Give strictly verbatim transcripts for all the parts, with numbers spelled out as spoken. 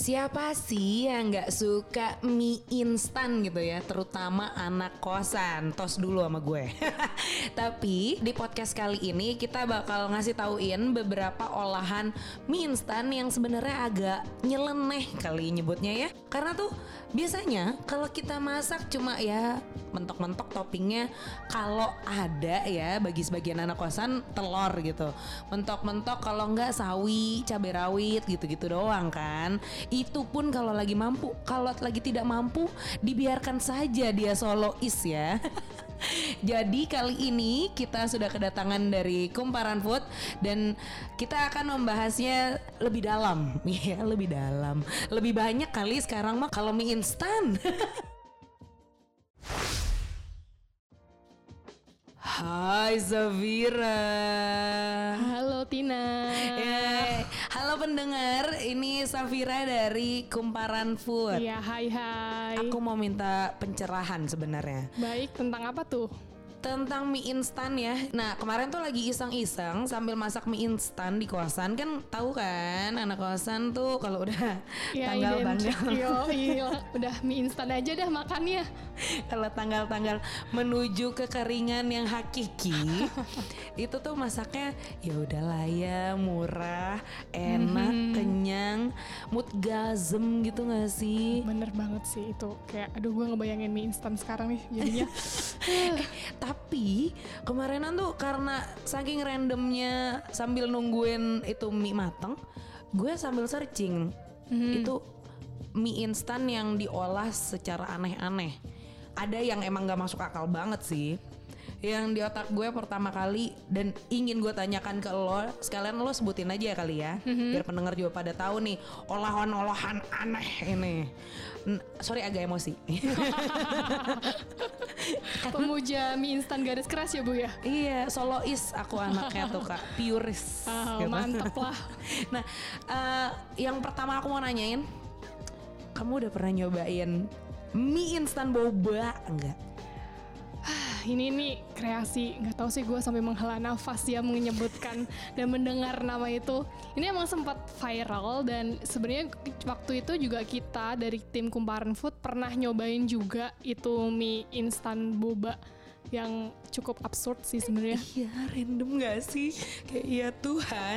Siapa sih yang gak suka mie instan gitu ya, terutama anak kosan. Tos dulu sama gue. Tapi di podcast kali ini kita bakal ngasih tauin beberapa olahan mie instan yang sebenarnya agak nyeleneh kali nyebutnya ya. Karena tuh biasanya kalau kita masak cuma ya mentok-mentok toppingnya, kalau ada ya bagi sebagian anak kosan telur gitu. Mentok-mentok kalau enggak sawi, cabai rawit gitu-gitu doang kan. Itu pun kalau lagi mampu. Kalau lagi tidak mampu, dibiarkan saja dia solois ya. Jadi kali ini kita sudah kedatangan dari Kumparan Food dan kita akan membahasnya lebih dalam. Ya, lebih dalam. Lebih banyak kali sekarang mah kalau mie instan. Hai Zafira. Halo Tina. Yeah. Halo pendengar, ini Zafira dari Kumparan Food. Iya, hai hai. Aku mau minta pencerahan sebenarnya. Baik, tentang apa tuh? Tentang mie instan ya. Nah kemarin tuh lagi iseng-iseng sambil masak mie instan di kosan. Kan tahu kan anak kosan tuh kalau udah ya, tanggal-tanggal Yo, iya, udah mie instan aja dah makannya. Kalau tanggal-tanggal menuju kekeringan yang hakiki, itu tuh masaknya ya udahlah ya, murah, enak, mm-hmm. kenyang, mutgazem gitu nggak sih? Bener banget sih itu. Kayak aduh gue ngebayangin mie instan sekarang nih jadinya. eh, tapi kemarinan tuh karena saking randomnya sambil nungguin itu mie mateng, gue sambil searching mm-hmm. itu mie instan yang diolah secara aneh-aneh. Ada yang emang gak masuk akal banget sih. Yang di otak gue pertama kali dan ingin gue tanyakan ke lo, sekalian lo sebutin aja kali ya, mm-hmm. biar pendengar juga pada tahu nih olahan-olahan aneh ini. N- sorry agak emosi. Pemuja mie instan garis keras ya Bu ya? Iya, solois aku anaknya tuh Kak, puris. Oh, gitu. Mantep lah. Nah, uh, yang pertama aku mau nanyain, kamu udah pernah nyobain mie instan boba enggak? Ini nih kreasi, nggak tahu sih gue sampai menghela nafas ya menyebutkan dan mendengar nama itu. Ini emang sempat viral dan sebenarnya waktu itu juga kita dari tim Kumparan Food pernah nyobain juga itu mie instan boba yang cukup absurd sih sebenarnya. Iya, random nggak sih? Kayak ya Tuhan,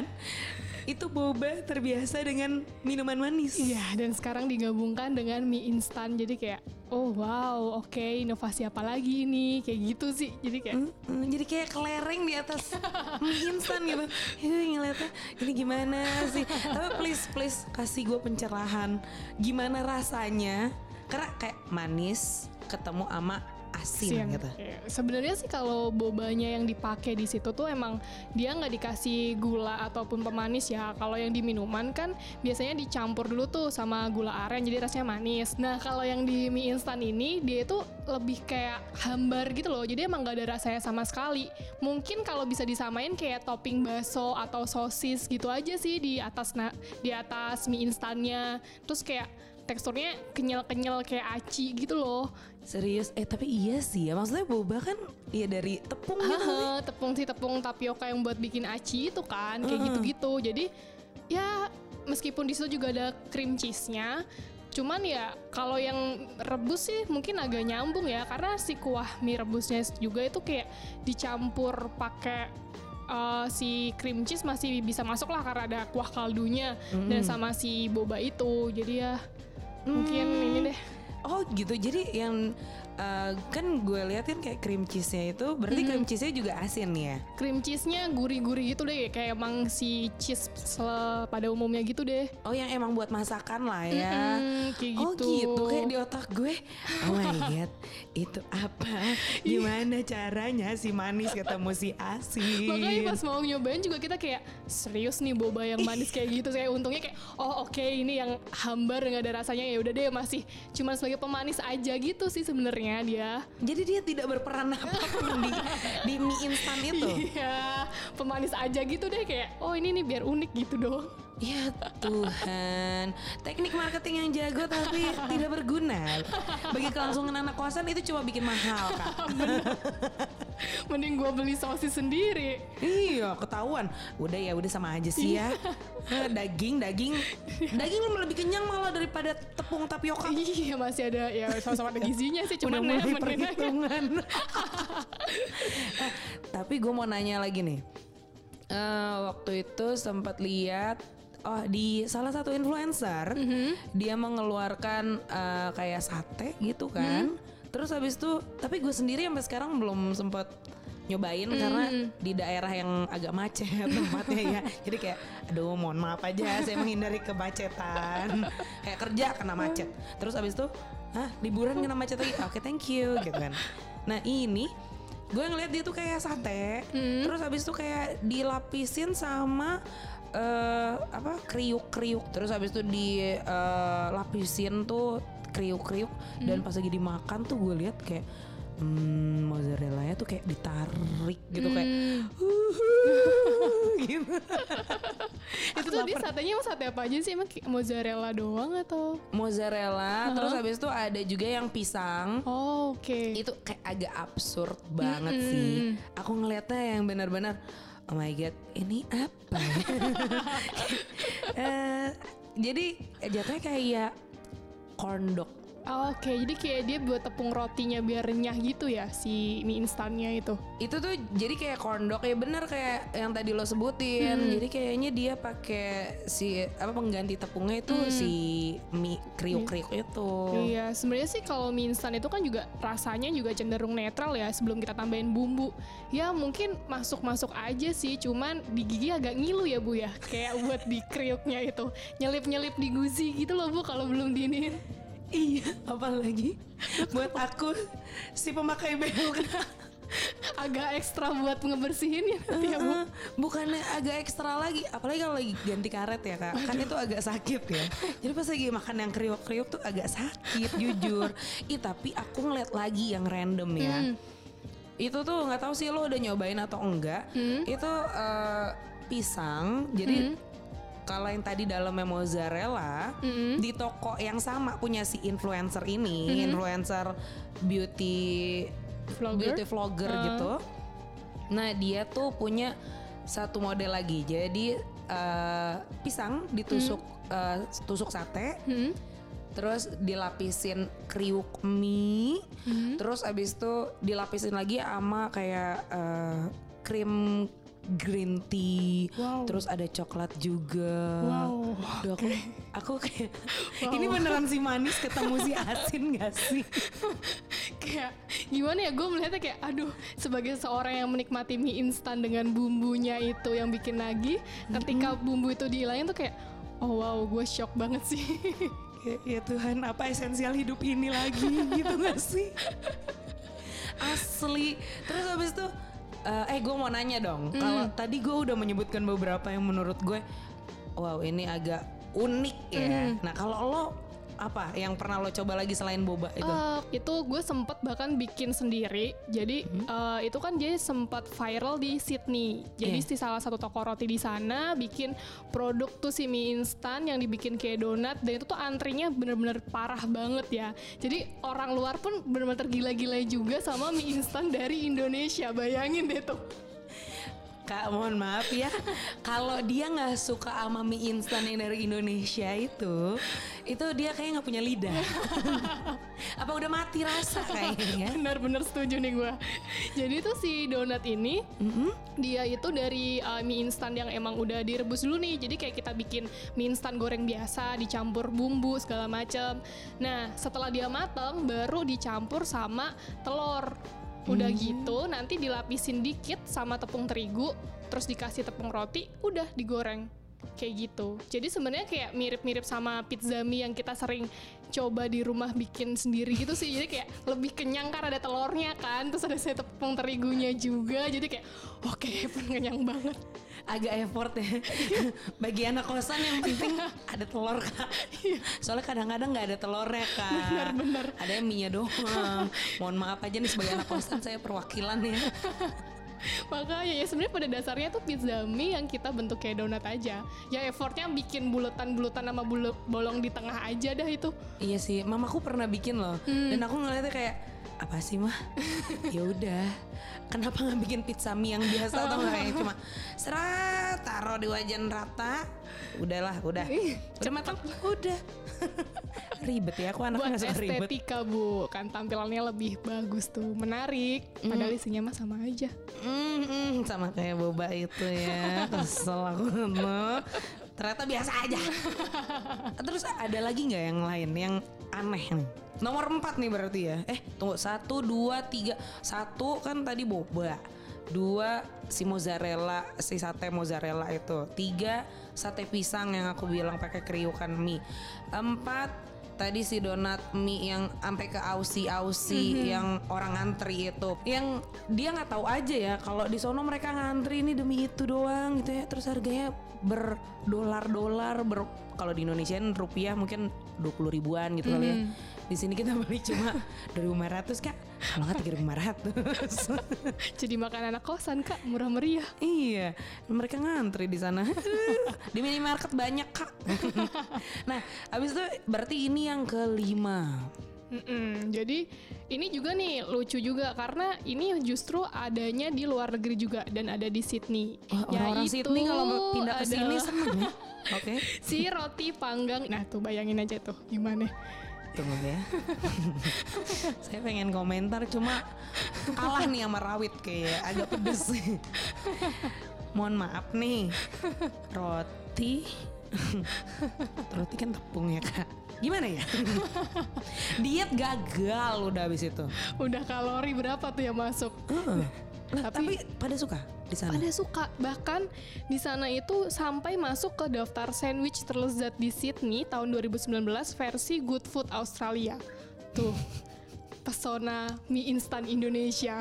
itu boba terbiasa dengan minuman manis. Iya, dan sekarang digabungkan dengan mie instan. Jadi kayak, oh wow, oke, okay, inovasi apa lagi nih? Kayak gitu sih. Jadi kayak, mm, mm, jadi kayak kelereng di atas mie instan gitu. Itu ngeliatnya, ini gimana sih? Tapi please, please kasih gue pencerahan. Gimana rasanya? Karena kayak manis ketemu sama asin Siang. gitu. Ya, sebenarnya sih kalau bobanya yang dipakai di situ tuh emang dia nggak dikasih gula ataupun pemanis ya. Kalau yang di minuman kan biasanya dicampur dulu tuh sama gula aren jadi rasanya manis. Nah kalau yang di mie instan ini dia itu lebih kayak hambar gitu loh. Jadi emang nggak ada rasanya sama sekali. Mungkin kalau bisa disamain kayak topping bakso atau sosis gitu aja sih di atas na- di atas mie instannya. Terus kayak teksturnya kenyal-kenyal kayak aci gitu loh. Serius? Eh tapi iya sih ya, maksudnya boba kan ya dari tepung gitu. Uh, tepung sih, tepung tapioka yang buat bikin aci itu kan, kayak uh. gitu-gitu. Jadi ya meskipun di situ juga ada cream cheese-nya, cuman ya kalau yang rebus sih mungkin agak nyambung ya, karena si kuah mie rebusnya juga itu kayak dicampur pakai Uh, si cream cheese masih bisa masuk lah karena ada kuah kaldunya mm. dan sama si boba itu. Jadi ya mm. mungkin ini deh. Oh gitu, jadi yang uh, kan gue lihat kan kayak cream cheese-nya itu berarti hmm. cream cheese-nya juga asin ya? Cream cheese-nya gurih-gurih gitu deh, kayak emang si cheese pada umumnya gitu deh. Oh yang emang buat masakan lah ya? Mm-mm, kayak oh gitu. gitu, kayak di otak gue, oh my god, itu apa? Gimana caranya si manis ketemu si asin? Makanya pas mau nyobain juga kita kayak serius nih boba yang manis kayak gitu. Saya untungnya kayak oh oke okay, ini yang hambar nggak ada rasanya, ya udah deh masih cuma sebagai pemanis aja gitu sih sebenarnya dia. Jadi dia tidak berperan apapun di di mie instan itu. Iya, pemanis aja gitu deh kayak oh ini nih biar unik gitu doang. Ya Tuhan, teknik marketing yang jago tapi tidak berguna. Bagi kelangsungan anak kosan itu cuma bikin mahal Kak. Mending gue beli sosis sendiri. Iya ketahuan. Udah ya udah sama aja sih ya. Eh, daging, daging, daging lebih kenyang malah daripada tepung tapioka. Iya masih ada ya sama-sama ada gizinya sih, Udah cuman mulai ya, perhitungan. Eh, tapi gue mau nanya lagi nih. Uh, waktu itu sempat lihat oh di salah satu influencer mm-hmm. dia mengeluarkan uh, kayak sate gitu kan. Mm-hmm. Terus habis itu, tapi gue sendiri sampai sekarang belum sempat nyobain mm. karena di daerah yang agak macet tempatnya ya. Jadi kayak aduh mohon maaf aja saya menghindari kemacetan. Kayak kerja kena macet. Terus abis itu hah liburan kena macet lagi. Oke okay, thank you gitu kan. Nah ini gue ngeliat dia tuh kayak sate. Mm. Terus abis itu kayak dilapisin sama uh, apa kriuk-kriuk. Terus abis itu dilapisin uh, tuh kriuk-kriuk. Mm. Dan pas lagi dimakan tuh gue lihat kayak Hmm, mozzarella-nya tuh kayak ditarik gitu hmm. kayak gitu. Itu tadi satenya emang sate apa aja sih? Emang mozzarella doang atau? Mozzarella, uh-huh. Terus habis itu ada juga yang pisang. Oh, oke. Okay. Itu kayak agak absurd banget hmm. sih. Aku ngeliatnya yang benar-benar oh my god, ini apa? uh, jadi jatuhnya kayak corn dog. Oh, oke, okay. Jadi kayak dia buat tepung rotinya biar renyah gitu ya si mie instannya itu. Itu tuh jadi kayak corn dog ya bener kayak yang tadi lo sebutin. Hmm. Jadi kayaknya dia pakai si apa pengganti tepungnya itu hmm. si mie kriuk-kriuk hmm. itu. Iya, sebenarnya sih kalau mie instan itu kan juga rasanya juga cenderung netral ya sebelum kita tambahin bumbu. Ya mungkin masuk-masuk aja sih, cuman di gigi agak ngilu ya Bu ya. Kayak buat di kriuknya itu nyelip-nyelip di gusi gitu loh Bu kalau belum diinin. Iya, apalagi buat aku si pemakai behel agak ekstra buat ngebersihin ya nanti ya Bu. Bukannya agak ekstra lagi, apalagi kalau lagi ganti karet ya Kak. Kan itu agak sakit ya. Jadi pas lagi makan yang kriuk-kriuk tuh agak sakit jujur. Ih tapi aku ngeliat lagi yang random ya. Hmm. Itu tuh nggak tahu sih lo udah nyobain atau enggak. Hmm. Itu uh, pisang. Jadi hmm. kalau yang tadi dalamnya mozzarella mm-hmm. di toko yang sama punya si influencer ini, mm-hmm. influencer beauty vlogger, beauty vlogger uh. gitu. Nah dia tuh punya satu model lagi. Jadi uh, pisang ditusuk mm-hmm. uh, tusuk sate, mm-hmm. terus dilapisin kriuk mie, mm-hmm. terus abis itu dilapisin lagi sama kayak uh, krim green tea, wow. Terus ada coklat juga. Wow. Duh, aku, aku kayak wow. Ini beneran si manis ketemu si asin gak sih? Kayak gimana ya, gue melihatnya kayak aduh, sebagai seorang yang menikmati mie instan dengan bumbunya itu yang bikin nagih, ketika mm-hmm. bumbu itu dihilangin tuh kayak oh wow, gue shock banget sih. Kayak ya Tuhan, apa esensial hidup ini lagi gitu gak sih? Asli. Terus habis itu Uh, eh gue mau nanya dong, mm. kalau tadi gue udah menyebutkan beberapa yang menurut gue, wow ini agak unik ya. Mm. Nah kalau lo apa yang pernah lo coba lagi selain boba itu? Uh, itu gue sempet bahkan bikin sendiri. Jadi hmm. uh, itu kan dia sempat viral di Sydney. Jadi yeah. di salah satu toko roti di sana bikin produk tuh si mie instan yang dibikin kayak donat, dan itu tuh antrinya bener-bener parah banget ya. Jadi orang luar pun bener-bener tergila-gila juga sama mie instan dari Indonesia. Bayangin deh tuh. Kak mohon maaf ya, kalau dia nggak suka sama mie instan yang dari Indonesia itu, itu dia kayak nggak punya lidah. Apa udah mati rasa kayaknya? Bener-bener setuju nih gue. Jadi tuh si donat ini, mm-hmm. dia itu dari uh, mie instan yang emang udah direbus dulu nih. Jadi kayak kita bikin mie instan goreng biasa, dicampur bumbu segala macem. Nah setelah dia mateng, baru dicampur sama telur. Udah hmm. gitu nanti dilapisin dikit sama tepung terigu, terus dikasih tepung roti, udah digoreng kayak gitu. Jadi sebenarnya kayak mirip-mirip sama pizza mie yang kita sering coba di rumah bikin sendiri gitu sih. Jadi kayak lebih kenyang karena ada telurnya kan, terus ada tepung terigunya juga. Jadi kayak oke okay, kenyang banget. Agak effort ya. Bagi anak kosan yang penting ada telur Kak. Soalnya kadang-kadang gak ada telurnya Kak. Bener-bener. Ada yang mie-nya doang. Mohon maaf aja nih sebagai anak kosan, saya perwakilan ya. Makanya ya sebenarnya pada dasarnya tuh pizza mie yang kita bentuk kayak donat aja. Ya effortnya bikin buletan-buletan sama bulu- bolong di tengah aja dah itu. Iya sih, mamaku pernah bikin loh. Hmm. Dan aku ngeliatnya kayak apa sih mah? Ya udah, kenapa nggak bikin pizza mie yang biasa atau nggak yang cuma serat taruh di wajan rata, udahlah, udah, udah matang, udah. Ribet ya, aku anaknya nggak suka ribet. Buat estetika Bu, kan tampilannya lebih bagus tuh, menarik. Padahal mm. isinya mah sama aja. Mm, mm, sama kayak boba itu ya, kesel aku. Ternyata biasa aja. Terus ada lagi nggak yang lain yang aneh nih? Nomor empat nih berarti ya. Eh tunggu, satu, dua, tiga. Satu kan tadi boba. Dua si mozzarella, si sate mozzarella itu. Tiga sate pisang yang aku bilang pakai kriukan mie. Empat tadi si donat mie yang sampai ke ausi-ausi mm-hmm. yang orang ngantri itu. Yang dia nggak tahu aja ya kalau di sono mereka ngantri ini demi itu doang gitu ya. Terus harganya berdolar-dolar, ber kalau di Indonesia rupiah mungkin dua puluh ribuan gitu mm-hmm. kali ya. Di sini kita beli cuma dua ribu lima ratus Kak. Kalau nggak tiga ribu lima ratus. Jadi makan anak kosan Kak, murah meriah. Iya, mereka ngantri di sana. Di minimarket banyak Kak. Nah, abis itu berarti ini yang kelima. Mm-mm, jadi ini juga nih lucu juga karena ini justru adanya di luar negeri juga dan ada di Sydney. Oh, orang-orang Sydney kalau pindah ke sini seneng ya. Oke. Okay. Si roti panggang. Nah tuh bayangin aja tuh gimana. Tunggu ya. Saya pengen komentar cuma kalah nih sama rawit kayak agak pedes. Mohon maaf nih. Roti Roti kan tepung ya Kak. Gimana ya? Diet gagal udah habis itu. Udah kalori berapa tuh yang masuk? Uh, lah, tapi, tapi pada suka di sana. Pada suka, bahkan di sana itu sampai masuk ke daftar sandwich terlezat di Sydney tahun dua ribu sembilan belas versi Good Food Australia. Tuh, pesona mie instan Indonesia.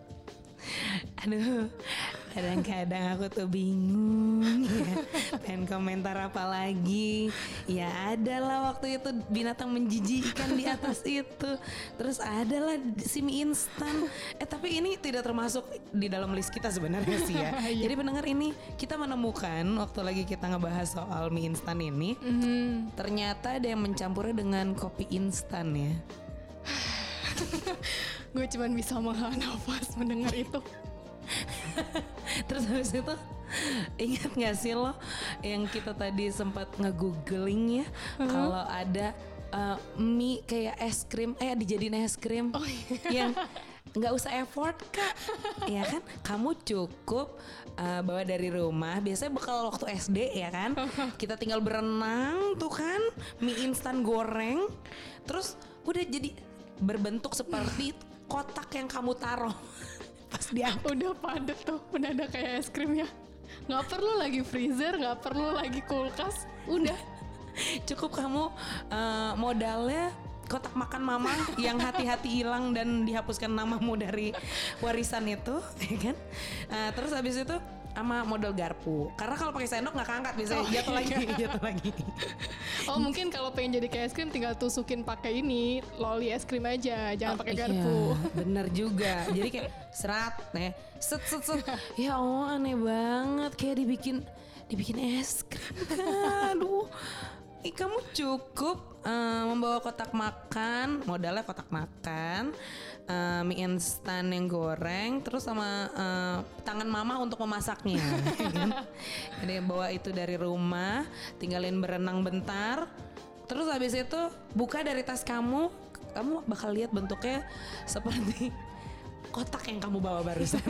Aduh, kadang-kadang aku tuh bingung ya, pengen komentar apa lagi. Ya adalah waktu itu binatang menjijikkan di atas itu. Terus adalah si mie instan. Eh tapi ini tidak termasuk di dalam list kita sebenarnya sih ya. Jadi pendengar, ini kita menemukan waktu lagi kita ngebahas soal mie instan ini, mm-hmm. ternyata ada yang mencampurnya dengan kopi instan ya. Gue cuman bisa menghela nafas mendengar itu. Terus habis itu ingat gak sih lo yang kita tadi sempat nge-googling ya, uh-huh. kalau ada uh, mie kayak es krim, eh dijadiin es krim, oh, iya. yang nggak usah effort Kak, ya kan? Kamu cukup uh, bawa dari rumah, biasanya bekal waktu S D ya kan? Kita tinggal berenang tuh kan, mie instan goreng, terus udah jadi berbentuk seperti kotak yang kamu taruh pas dia udah padet tuh, udah ada kayak es krimnya. Nggak perlu lagi freezer, nggak perlu lagi kulkas, udah cukup kamu uh, modalnya kotak makan mama yang hati-hati hilang dan dihapuskan namamu dari warisan itu, ya kan? Uh, terus habis itu sama modal garpu, karena kalau pakai sendok nggak keangkat biasanya, oh, jatuh iya. lagi jatuh lagi. Oh mungkin kalau pengen jadi kayak es krim tinggal tusukin pakai ini loli es krim aja, jangan oh, pakai garpu. Iya, bener juga. Jadi kayak serat nih, set set set. Ya Allah, aneh banget, kayak dibikin dibikin es krim. Aduh. Eh, kamu cukup uh, membawa kotak makan, modalnya kotak makan, uh, mie instan yang goreng, terus sama uh, tangan mama untuk memasaknya. Kan? Jadi bawa itu dari rumah, tinggalin berenang bentar, terus habis itu buka dari tas kamu, kamu bakal lihat bentuknya seperti kotak yang kamu bawa barusan.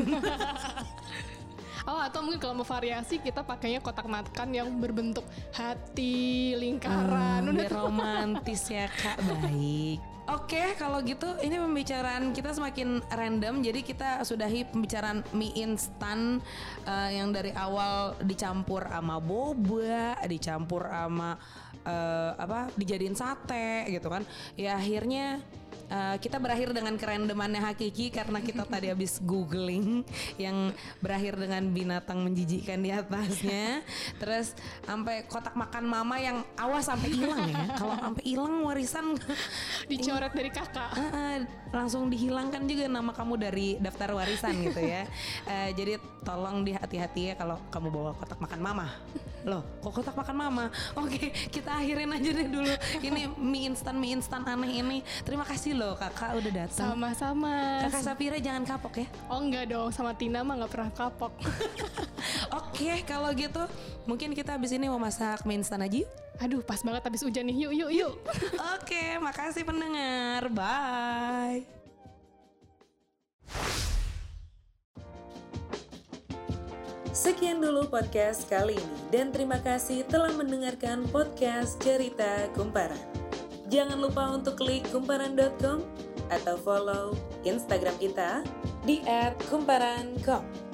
Oh atau mungkin kalau mau variasi kita pakainya kotak makan yang berbentuk hati, lingkaran. Hmm, biar romantis ya Kak, baik. Oke, kalau gitu ini pembicaraan kita semakin random. Jadi kita sudahi pembicaraan mie instan uh, yang dari awal dicampur sama boba, dicampur sama uh, apa, dijadiin sate gitu kan. Ya akhirnya Uh, kita berakhir dengan kerandomannya Hakiki karena kita tadi habis googling yang berakhir dengan binatang menjijikkan di atasnya. Terus sampai kotak makan mama yang awas sampai hilang ya. Kalau sampai hilang warisan dicoret dari kakak. Uh, uh, langsung dihilangkan juga nama kamu dari daftar warisan gitu ya. Uh, jadi tolong di hati-hati ya kalau kamu bawa kotak makan mama. Loh, kok kotak makan mama? Oke, kita akhirin aja deh dulu. Ini mie instan mie instan aneh ini. Terima kasih loh kakak udah datang. Sama-sama. Kakak Sapira jangan kapok ya. Oh enggak dong, sama Tina mah nggak pernah kapok. Oke, kalau gitu mungkin kita abis ini mau masak mie instan aja yuk. Aduh, pas banget habis hujan nih. Yuk, yuk, yuk. Oke, makasih pendengar. Bye. Sekian dulu podcast kali ini dan terima kasih telah mendengarkan podcast Cerita Kumparan. Jangan lupa untuk klik kumparan dot com atau follow Instagram kita di et kumparan dot com.